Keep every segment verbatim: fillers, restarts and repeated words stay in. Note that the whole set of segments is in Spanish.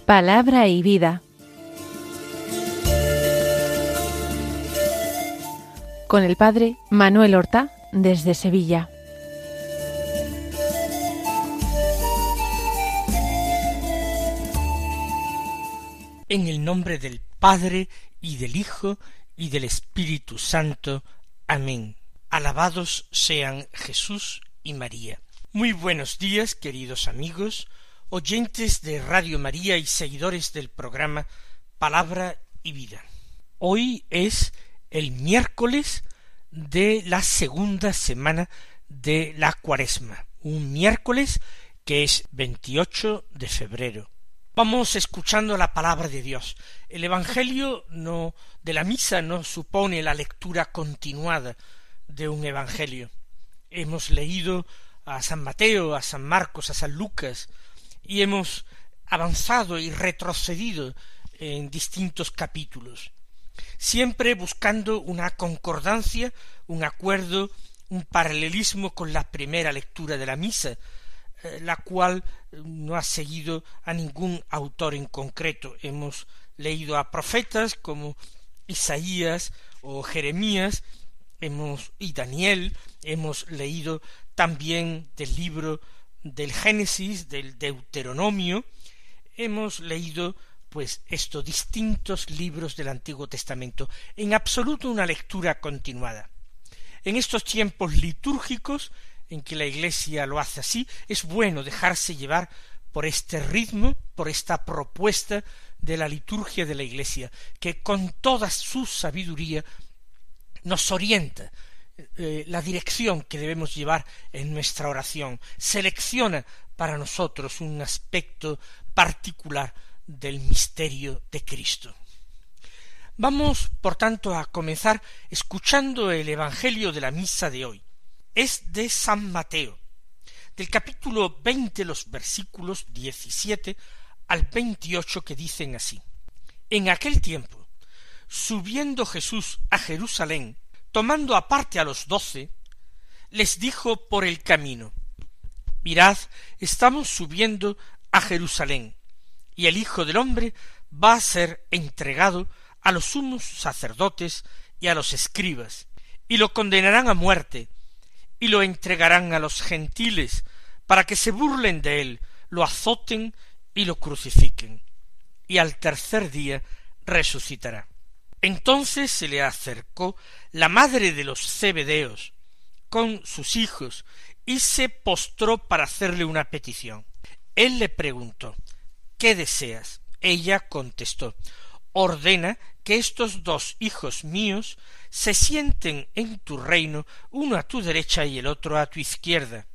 Palabra y vida. Con el padre Manuel Horta, desde Sevilla. En el nombre del Padre, y del Hijo, y del Espíritu Santo. Amén. Alabados sean Jesús y María. Muy buenos días, queridos amigos, oyentes de Radio María y seguidores del programa Palabra y Vida. Hoy es el miércoles de la segunda semana de la Cuaresma, un miércoles que es veintiocho de febrero. Vamos escuchando la palabra de Dios. El Evangelio no de la misa no supone la lectura continuada de un Evangelio. Hemos leído a San Mateo, a San Marcos, a San Lucas, y hemos avanzado y retrocedido en distintos capítulos, siempre buscando una concordancia, un acuerdo, un paralelismo con la primera lectura de la misa, la cual no ha seguido a ningún autor en concreto. Hemos leído a profetas como Isaías o Jeremías, hemos y Daniel, hemos leído también del libro del Génesis, del Deuteronomio, hemos leído pues estos distintos libros del Antiguo Testamento, en absoluto una lectura continuada. En estos tiempos litúrgicos en que la Iglesia lo hace así, es bueno dejarse llevar por este ritmo, por esta propuesta de la liturgia de la Iglesia, que con toda su sabiduría nos orienta eh, la dirección que debemos llevar en nuestra oración, selecciona para nosotros un aspecto particular del misterio de Cristo. Vamos, por tanto, a comenzar escuchando el Evangelio de la misa de hoy. Es de San Mateo, del capítulo veinte, los versículos diecisiete al veintiocho, que dicen así: En aquel tiempo, subiendo Jesús a Jerusalén, tomando aparte a los doce, les dijo por el camino: Mirad, estamos subiendo a Jerusalén, y el Hijo del Hombre va a ser entregado a los sumos sacerdotes y a los escribas, y lo condenarán a muerte, y lo entregarán a los gentiles, para que se burlen de él, lo azoten y lo crucifiquen, y al tercer día resucitará. Entonces se le acercó la madre de los Zebedeos con sus hijos, y se postró para hacerle una petición. Él le preguntó: ¿qué deseas? Ella contestó: ordena que estos dos hijos míos se sienten en tu reino, uno a tu derecha y el otro a tu izquierda.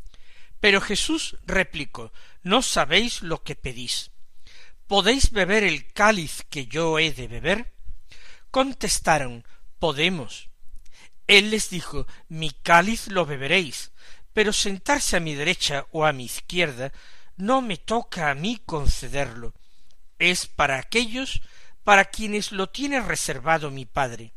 Pero Jesús replicó: no sabéis lo que pedís. ¿Podéis beber el cáliz que yo he de beber? Contestaron: podemos. Él les dijo: mi cáliz lo beberéis, pero sentarse a mi derecha o a mi izquierda no me toca a mí concederlo. Es para aquellos para quienes lo tiene reservado mi Padre.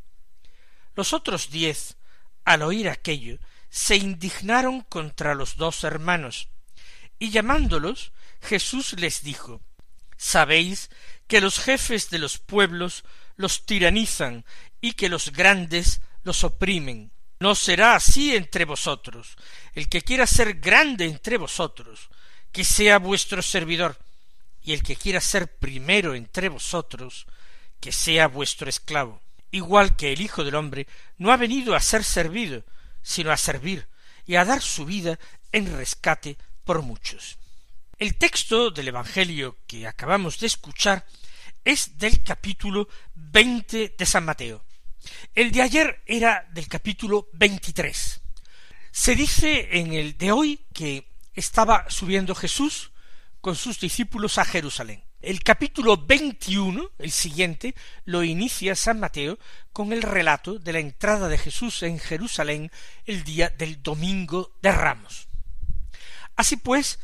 Los otros diez, al oír aquello, se indignaron contra los dos hermanos, y llamándolos, Jesús les dijo: sabéis que los jefes de los pueblos los tiranizan, y que los grandes los oprimen. No será así entre vosotros. El que quiera ser grande entre vosotros, que sea vuestro servidor, y el que quiera ser primero entre vosotros, que sea vuestro esclavo. Igual que el Hijo del Hombre no ha venido a ser servido, sino a servir, y a dar su vida en rescate por muchos. El texto del Evangelio que acabamos de escuchar es del capítulo veinte de San Mateo. El de ayer era del capítulo veintitrés. Se dice en el de hoy que estaba subiendo Jesús con sus discípulos a Jerusalén. El capítulo veintiuno, el siguiente, lo inicia San Mateo con el relato de la entrada de Jesús en Jerusalén el día del Domingo de Ramos. Así pues,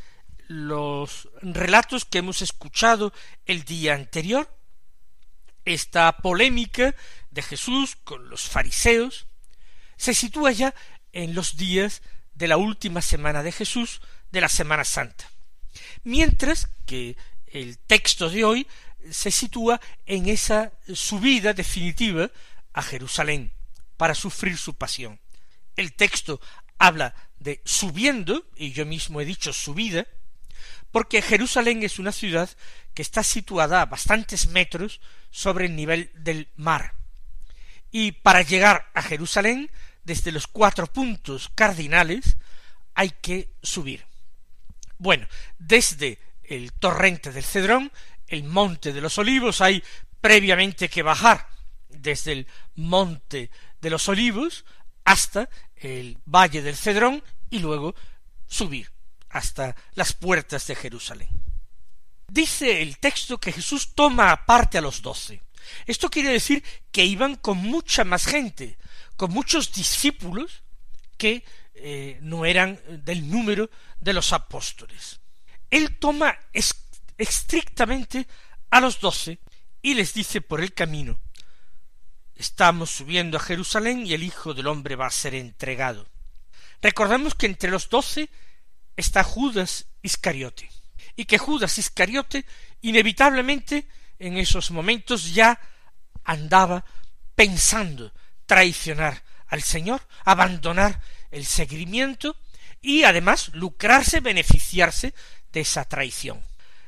los relatos que hemos escuchado el día anterior, esta polémica de Jesús con los fariseos, se sitúa ya en los días de la última semana de Jesús, de la Semana Santa. Mientras que el texto de hoy se sitúa en esa subida definitiva a Jerusalén para sufrir su pasión. El texto habla de subiendo, y yo mismo he dicho subida, porque Jerusalén es una ciudad que está situada a bastantes metros sobre el nivel del mar. Y para llegar a Jerusalén, desde los cuatro puntos cardinales, hay que subir. Bueno, desde el torrente del Cedrón, el monte de los Olivos, hay previamente que bajar desde el monte de los Olivos hasta el valle del Cedrón y luego subir hasta las puertas de Jerusalén. Dice el texto que Jesús toma aparte a los doce. Esto quiere decir que iban con mucha más gente, con muchos discípulos que eh, no eran del número de los apóstoles. Él toma estrictamente a los doce y les dice por el camino: estamos subiendo a Jerusalén y el Hijo del Hombre va a ser entregado. Recordamos que entre los doce está Judas Iscariote, y que Judas Iscariote inevitablemente en esos momentos ya andaba pensando traicionar al Señor, abandonar el seguimiento y además lucrarse, beneficiarse de esa traición.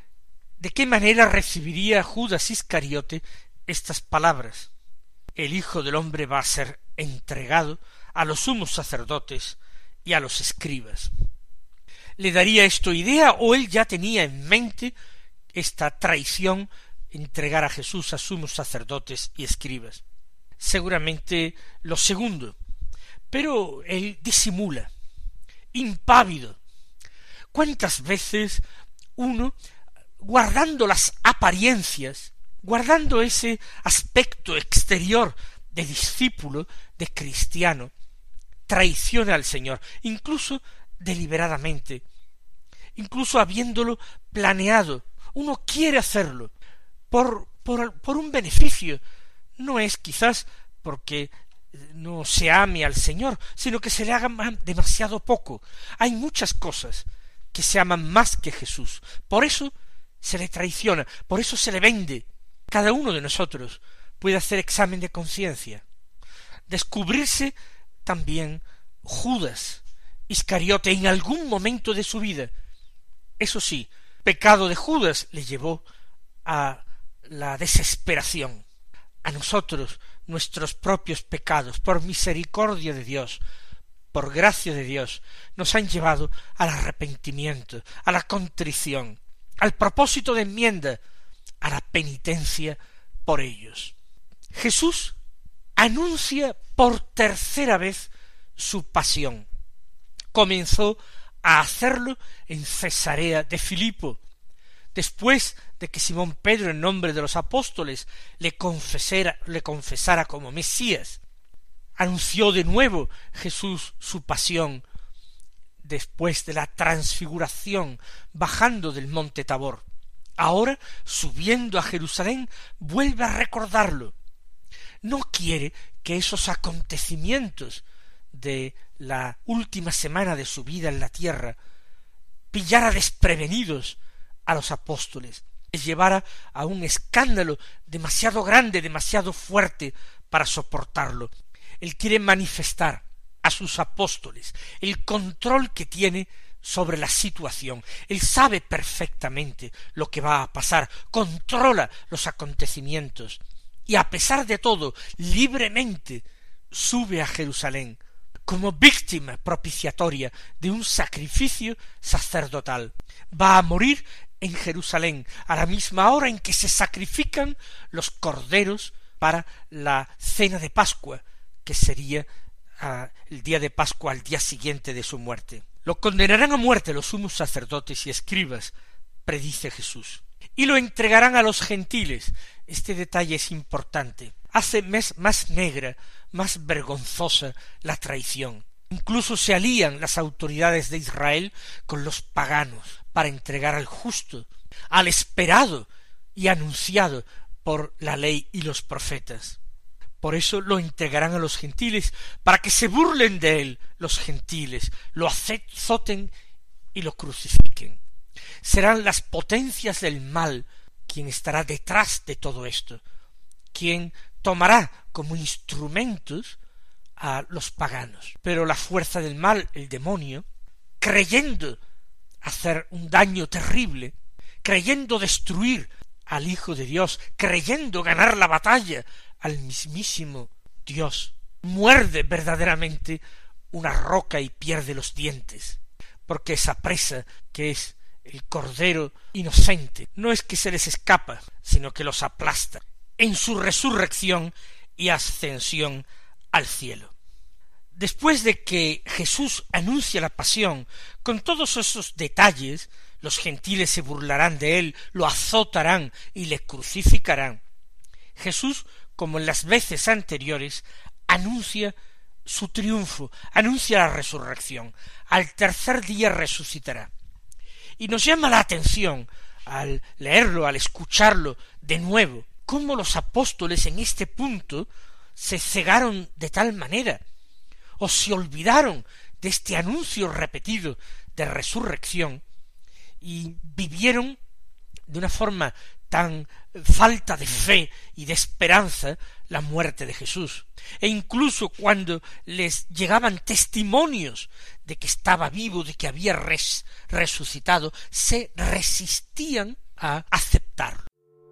¿De qué manera recibiría Judas Iscariote estas palabras? El Hijo del Hombre va a ser entregado a los sumos sacerdotes y a los escribas. ¿Le daría esto idea o él ya tenía en mente esta traición, entregar a Jesús a sumos sacerdotes y escribas? Seguramente lo segundo, pero él disimula, impávido. ¿Cuántas veces uno, guardando las apariencias, guardando ese aspecto exterior de discípulo, de cristiano, traiciona al Señor, incluso deliberadamente, incluso habiéndolo planeado? Uno quiere hacerlo por, por, por un beneficio. No es quizás porque no se ame al Señor, sino que se le haga demasiado poco. Hay muchas cosas que se aman más que Jesús. Por eso se le traiciona, por eso se le vende. Cada uno de nosotros puede hacer examen de conciencia, descubrirse también Judas Iscariote en algún momento de su vida. Eso sí, pecado de Judas le llevó a la desesperación. A nosotros, nuestros propios pecados, por misericordia de Dios, por gracia de Dios, nos han llevado al arrepentimiento, a la contrición, al propósito de enmienda, a la penitencia por ellos. Jesús anuncia por tercera vez su pasión. Comenzó a hacerlo en Cesarea de Filipo, después de que Simón Pedro, en nombre de los apóstoles, le confesara, le confesara como Mesías. Anunció de nuevo Jesús su pasión después de la transfiguración, bajando del monte Tabor. Ahora, subiendo a Jerusalén, vuelve a recordarlo. No quiere que esos acontecimientos de la última semana de su vida en la tierra pillara desprevenidos a los apóstoles, les llevara a un escándalo demasiado grande, demasiado fuerte para soportarlo. Él quiere manifestar a sus apóstoles el control que tiene sobre la situación. Él sabe perfectamente lo que va a pasar, controla los acontecimientos, y a pesar de todo, libremente sube a Jerusalén como víctima propiciatoria de un sacrificio sacerdotal. Va a morir en Jerusalén a la misma hora en que se sacrifican los corderos para la cena de Pascua, que sería uh, el día de Pascua al día siguiente de su muerte. Lo condenarán a muerte los sumos sacerdotes y escribas, predice Jesús, y lo entregarán a los gentiles. Este detalle es importante. Hace más, más negra, más vergonzosa la traición. Incluso se alían las autoridades de Israel con los paganos para entregar al justo, al esperado y anunciado por la ley y los profetas. Por eso lo entregarán a los gentiles, para que se burlen de él los gentiles, lo azoten y lo crucifiquen. Serán las potencias del mal quien estará detrás de todo esto, quien tomará como instrumentos a los paganos. Pero la fuerza del mal, el demonio, creyendo hacer un daño terrible, creyendo destruir al Hijo de Dios, creyendo ganar la batalla al mismísimo Dios, muerde verdaderamente una roca y pierde los dientes, porque esa presa que es el Cordero inocente no es que se les escapa, sino que los aplasta en su resurrección y ascensión al cielo. Después de que Jesús anuncia la pasión con todos esos detalles, los gentiles se burlarán de él, lo azotarán y le crucificarán. Jesús, como en las veces anteriores, anuncia su triunfo, anuncia la resurrección. Al tercer día resucitará. Y nos llama la atención, al leerlo, al escucharlo de nuevo, cómo los apóstoles en este punto se cegaron de tal manera, o se olvidaron de este anuncio repetido de resurrección, y vivieron de una forma tan falta de fe y de esperanza la muerte de Jesús. E incluso cuando les llegaban testimonios de que estaba vivo, de que había res, resucitado, se resistían a aceptarlo.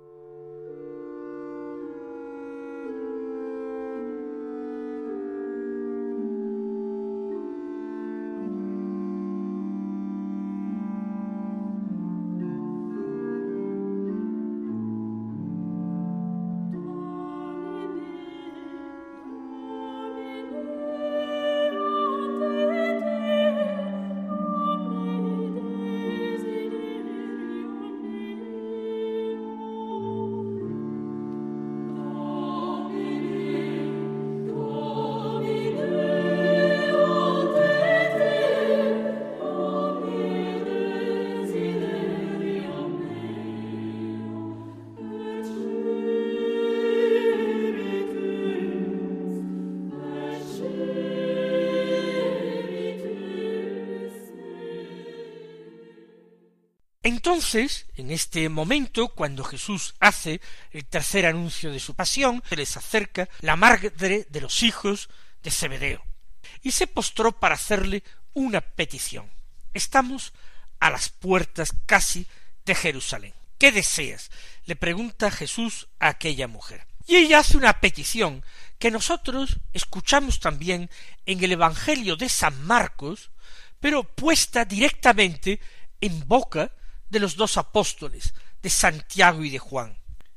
Entonces, en este momento, cuando Jesús hace el tercer anuncio de su pasión, se les acerca la madre de los hijos de Zebedeo, y se postró para hacerle una petición. Estamos a las puertas casi de Jerusalén. ¿Qué deseas?, le pregunta Jesús a aquella mujer. Y ella hace una petición que nosotros escuchamos también en el Evangelio de San Marcos, pero puesta directamente en boca de los dos apóstoles, de Santiago y de Juan.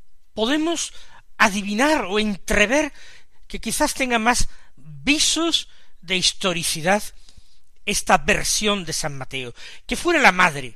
Podemos adivinar o entrever que quizás tenga más visos de historicidad esta versión de San Mateo, que fuera la madre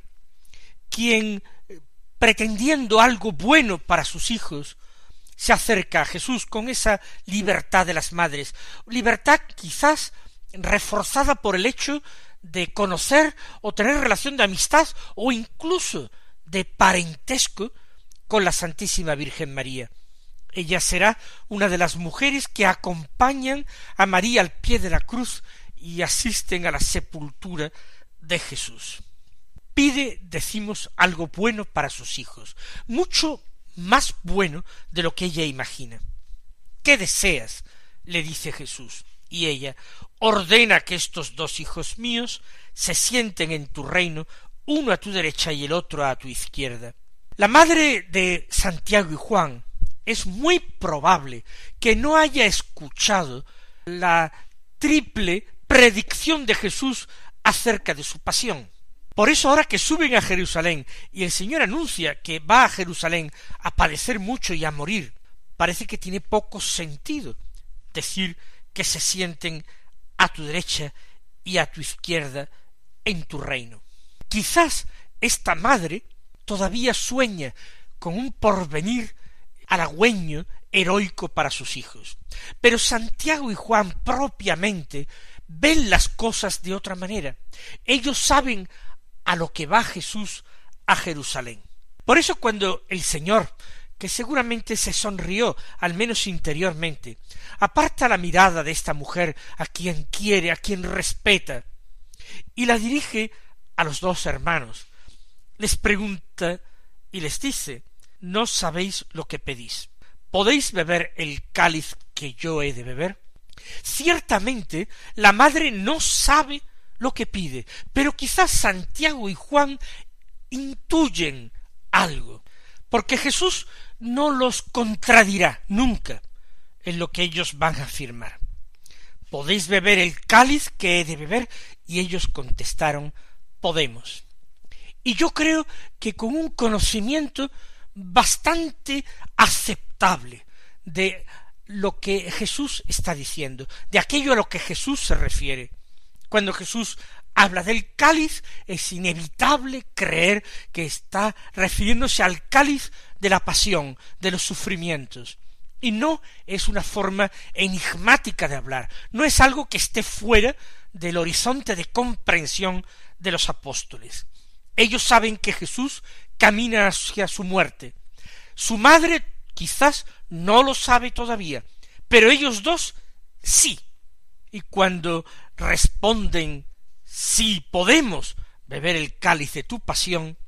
quien, pretendiendo algo bueno para sus hijos, se acerca a Jesús con esa libertad de las madres, libertad quizás reforzada por el hecho de conocer o tener relación de amistad o incluso de parentesco con la Santísima Virgen María. Ella será una de las mujeres que acompañan a María al pie de la cruz y asisten a la sepultura de Jesús. Pide, decimos, algo bueno para sus hijos, mucho más bueno de lo que ella imagina. ¿Qué deseas?, le dice Jesús. Y ella: ordena que estos dos hijos míos se sienten en tu reino, uno a tu derecha y el otro a tu izquierda. La madre de Santiago y Juan es muy probable que no haya escuchado la triple predicción de Jesús acerca de su pasión. Por eso ahora que suben a Jerusalén y el Señor anuncia que va a Jerusalén a padecer mucho y a morir, parece que tiene poco sentido decir que se sienten a tu derecha y a tu izquierda en tu reino. Quizás esta madre todavía sueña con un porvenir halagüeño, heroico para sus hijos. Pero Santiago y Juan propiamente ven las cosas de otra manera. Ellos saben a lo que va Jesús a Jerusalén. Por eso cuando el Señor, que seguramente se sonrió, al menos interiormente, aparta la mirada de esta mujer a quien quiere, a quien respeta, y la dirige a los dos hermanos, les pregunta y les dice: no sabéis lo que pedís. ¿Podéis beber el cáliz que yo he de beber? Ciertamente la madre no sabe lo que pide, pero quizás Santiago y Juan intuyen algo, porque Jesús no los contradirá nunca en lo que ellos van a afirmar. ¿Podéis beber el cáliz que he de beber? Y ellos contestaron: podemos. Y yo creo que con un conocimiento bastante aceptable de lo que Jesús está diciendo, de aquello a lo que Jesús se refiere. Cuando Jesús habla del cáliz, es inevitable creer que está refiriéndose al cáliz de la pasión, de los sufrimientos. Y no es una forma enigmática de hablar, no es algo que esté fuera del horizonte de comprensión de los apóstoles. Ellos saben que Jesús camina hacia su muerte. Su madre quizás no lo sabe todavía, pero ellos dos sí. Y cuando responden: sí, podemos beber el cáliz de tu pasión,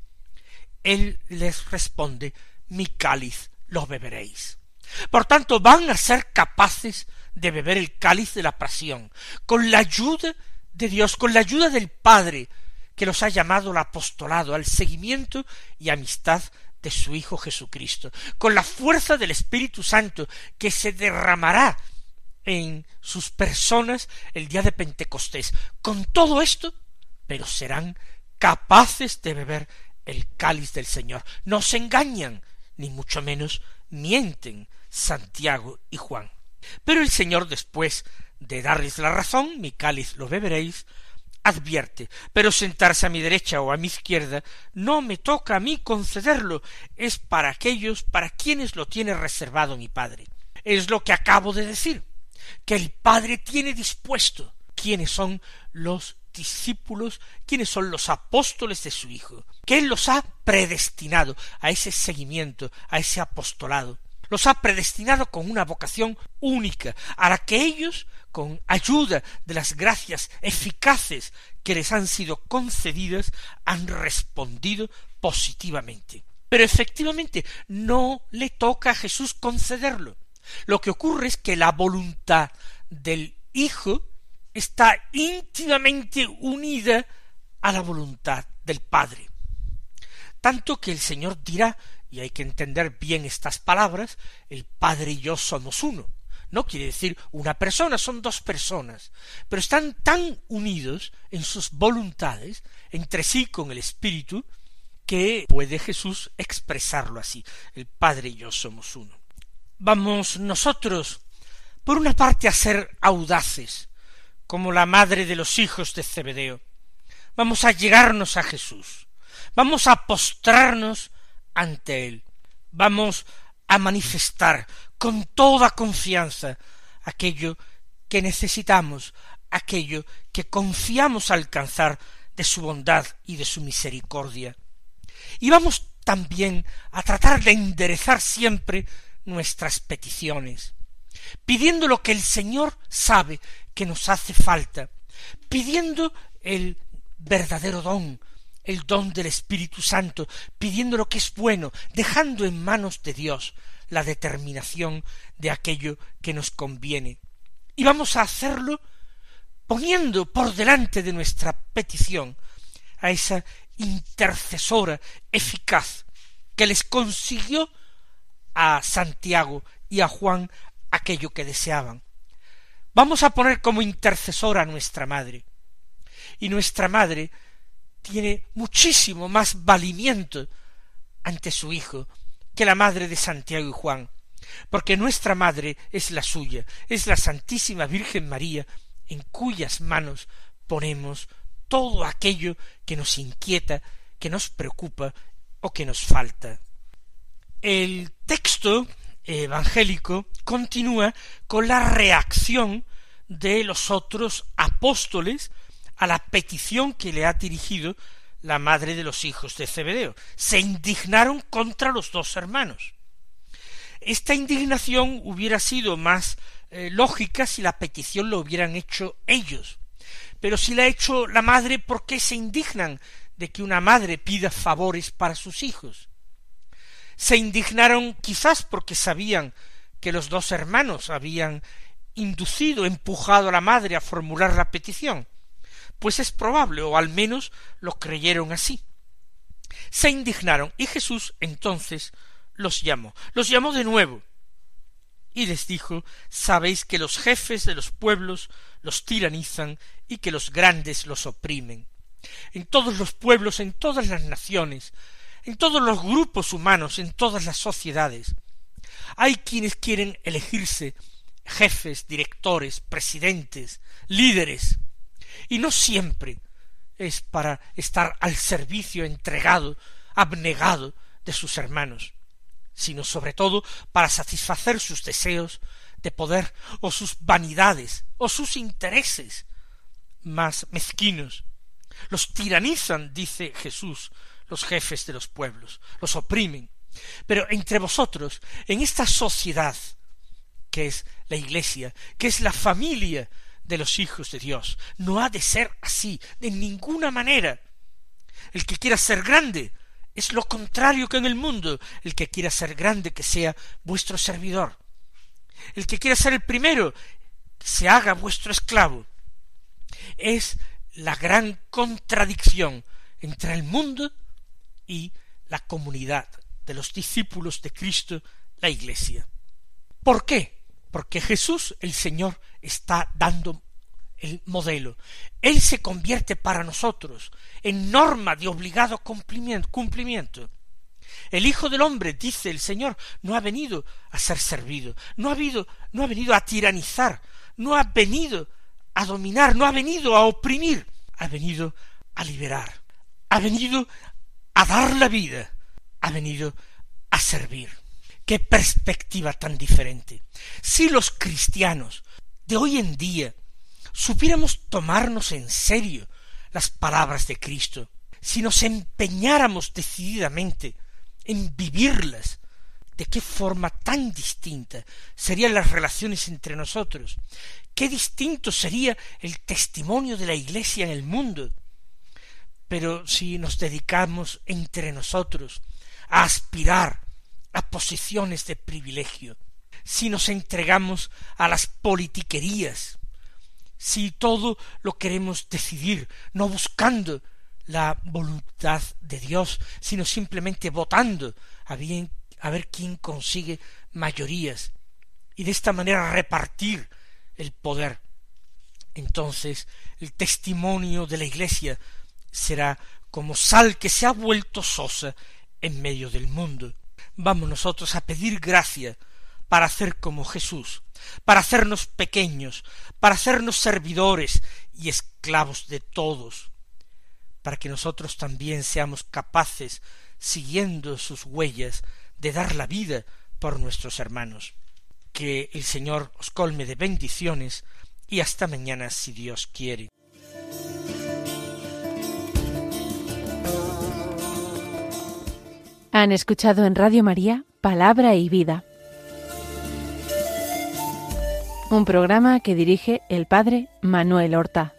él les responde: mi cáliz lo beberéis. Por tanto, van a ser capaces de beber el cáliz de la pasión, con la ayuda de Dios, con la ayuda del Padre, que los ha llamado al apostolado, al seguimiento y amistad de su Hijo Jesucristo, con la fuerza del Espíritu Santo, que se derramará en sus personas el día de Pentecostés. Con todo esto, pero serán capaces de beber el cáliz del Señor. No se engañan, ni mucho menos mienten Santiago y Juan. Pero el Señor, después de darles la razón, mi cáliz lo beberéis, advierte: pero sentarse a mi derecha o a mi izquierda no me toca a mí concederlo, es para aquellos para quienes lo tiene reservado mi Padre. Es lo que acabo de decir, que el Padre tiene dispuesto quiénes son los discípulos, quiénes son los apóstoles de su Hijo, que Él los ha predestinado a ese seguimiento, a ese apostolado. Los ha predestinado con una vocación única, a la que ellos, con ayuda de las gracias eficaces que les han sido concedidas, han respondido positivamente. Pero efectivamente no le toca a Jesús concederlo. Lo que ocurre es que la voluntad del Hijo está íntimamente unida a la voluntad del Padre. Tanto que el Señor dirá, y hay que entender bien estas palabras: el Padre y yo somos uno. No quiere decir una persona, son dos personas, pero están tan unidos en sus voluntades, entre sí con el Espíritu, que puede Jesús expresarlo así: el Padre y yo somos uno. Vamos nosotros, por una parte, a ser audaces, como la madre de los hijos de Zebedeo. Vamos a llegarnos a Jesús, vamos a postrarnos ante Él, vamos a manifestar con toda confianza aquello que necesitamos, aquello que confiamos alcanzar de su bondad y de su misericordia. Y vamos también a tratar de enderezar siempre nuestras peticiones, pidiendo lo que el Señor sabe que nos hace falta, pidiendo el verdadero don, el don del Espíritu Santo, pidiendo lo que es bueno, dejando en manos de Dios la determinación de aquello que nos conviene. Y vamos a hacerlo poniendo por delante de nuestra petición a esa intercesora eficaz que les consiguió a Santiago y a Juan aquello que deseaban. Vamos a poner como intercesora a nuestra madre, y nuestra madre tiene muchísimo más valimiento ante su Hijo que la madre de Santiago y Juan, porque nuestra madre es la suya, es la Santísima Virgen María, en cuyas manos ponemos todo aquello que nos inquieta, que nos preocupa o que nos falta. El texto evangélico continúa con la reacción de los otros apóstoles a la petición que le ha dirigido la madre de los hijos de Zebedeo. Se indignaron contra los dos hermanos. Esta indignación hubiera sido más eh, lógica si la petición lo hubieran hecho ellos. Pero si la ha hecho la madre, ¿por qué se indignan? de que una madre pida favores para sus hijos. Se indignaron quizás porque sabían que los dos hermanos habían inducido, empujado a la madre a formular la petición. Pues es probable, o al menos lo creyeron así. Se indignaron, y Jesús entonces los llamó. Los llamó de nuevo, y les dijo: sabéis que los jefes de los pueblos los tiranizan y que los grandes los oprimen. En todos los pueblos, en todas las naciones, en todos los grupos humanos, en todas las sociedades, hay quienes quieren elegirse jefes, directores, presidentes, líderes, y no siempre es para estar al servicio, entregado, abnegado de sus hermanos, sino sobre todo para satisfacer sus deseos de poder, o sus vanidades, o sus intereses más mezquinos. Los tiranizan, dice Jesús, los jefes de los pueblos, los oprimen. Pero entre vosotros, en esta sociedad que es la Iglesia, que es la familia de los hijos de Dios, no ha de ser así, de ninguna manera. El que quiera ser grande es lo contrario que en el mundo. El que quiera ser grande, que sea vuestro servidor. El que quiera ser el primero, se haga vuestro esclavo. Es la gran contradicción entre el mundo y la comunidad de los discípulos de Cristo, la Iglesia. ¿Por qué? Porque Jesús, el Señor, está dando el modelo. Él se convierte para nosotros en norma de obligado cumplimiento. El Hijo del Hombre, dice el Señor, no ha venido a ser servido, no ha, habido, no ha venido a tiranizar, no ha venido a dominar, no ha venido a oprimir, ha venido a liberar, ha venido a dar la vida, ha venido a servir. ¡Qué perspectiva tan diferente! Si los cristianos de hoy en día supiéramos tomarnos en serio las palabras de Cristo, si nos empeñáramos decididamente en vivirlas, de qué forma tan distinta serían las relaciones entre nosotros, qué distinto sería el testimonio de la Iglesia en el mundo. Pero si nos dedicamos entre nosotros a aspirar a posiciones de privilegio, si nos entregamos a las politiquerías, si todo lo queremos decidir, no buscando la voluntad de Dios, sino simplemente votando a, bien, a ver quién consigue mayorías, y de esta manera repartir el poder, entonces el testimonio de la Iglesia será como sal que se ha vuelto sosa en medio del mundo. Vamos nosotros a pedir gracia para hacer como Jesús, para hacernos pequeños, para hacernos servidores y esclavos de todos, para que nosotros también seamos capaces, siguiendo sus huellas, de dar la vida por nuestros hermanos. Que el Señor os colme de bendiciones y hasta mañana si Dios quiere. Han escuchado en Radio María Palabra y Vida, un programa que dirige el Padre Manuel Horta.